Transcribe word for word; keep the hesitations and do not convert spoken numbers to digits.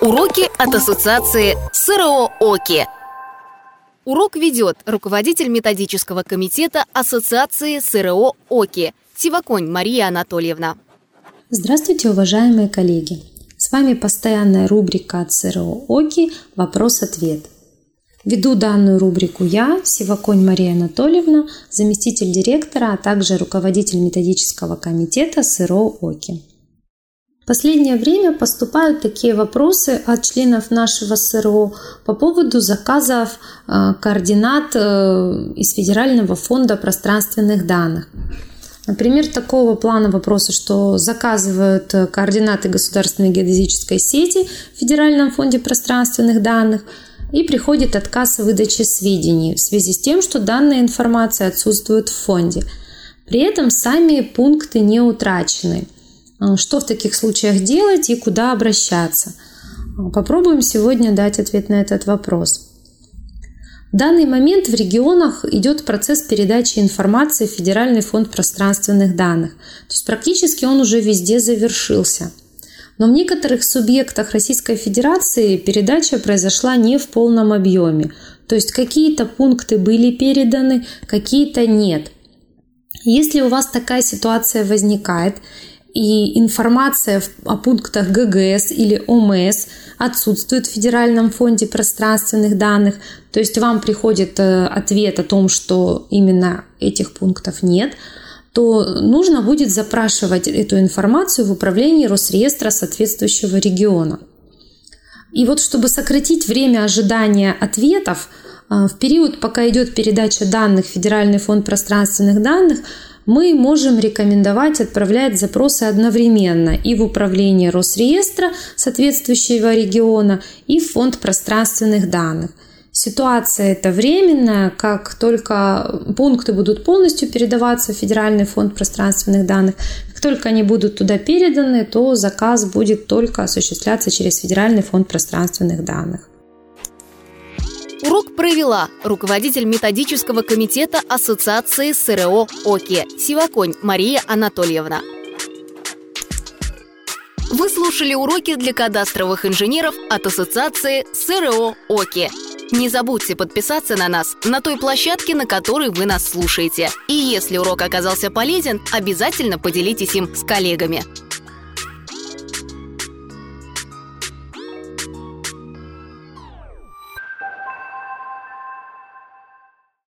Уроки от ассоциации СРО ОКИ. Урок ведет руководитель методического комитета ассоциации СРО ОКИ Сиваконь Мария Анатольевна. Здравствуйте, уважаемые коллеги! С вами постоянная рубрика от СРО ОКИ «Вопрос-ответ». Веду данную рубрику я, Сиваконь Мария Анатольевна, заместитель директора, а также руководитель методического комитета СРО ОКИ. В последнее время поступают такие вопросы от членов нашего СРО по поводу заказов координат из Федерального фонда пространственных данных. Например, такого плана вопроса, что заказывают координаты государственной геодезической сети в Федеральном фонде пространственных данных, и приходит отказ в выдаче сведений в связи с тем, что данная информация отсутствует в фонде. При этом сами пункты не утрачены. Что в таких случаях делать и куда обращаться? Попробуем сегодня дать ответ на этот вопрос. В данный момент в регионах идет процесс передачи информации в Федеральный фонд пространственных данных. То есть практически он уже везде завершился. Но в некоторых субъектах Российской Федерации передача произошла не в полном объеме. То есть какие-то пункты были переданы, какие-то нет. Если у вас такая ситуация возникает, и информация о пунктах ГГС или ОМС отсутствует в Федеральном фонде пространственных данных, то есть вам приходит ответ о том, что именно этих пунктов нет, то нужно будет запрашивать эту информацию в управлении Росреестра соответствующего региона. И вот чтобы сократить время ожидания ответов, в период, пока идет передача данных в Федеральный фонд пространственных данных, мы можем рекомендовать отправлять запросы одновременно и в управление Росреестра соответствующего региона, и в фонд пространственных данных. Ситуация эта временная, как только пункты будут полностью передаваться в Федеральный фонд пространственных данных, как только они будут туда переданы, то заказ будет только осуществляться через Федеральный фонд пространственных данных. Урок провела руководитель методического комитета ассоциации СРО ОКИ Сиваконь Мария Анатольевна. Вы слушали уроки для кадастровых инженеров от ассоциации СРО ОКИ. Не забудьте подписаться на нас на той площадке, на которой вы нас слушаете. И если урок оказался полезен, обязательно поделитесь им с коллегами.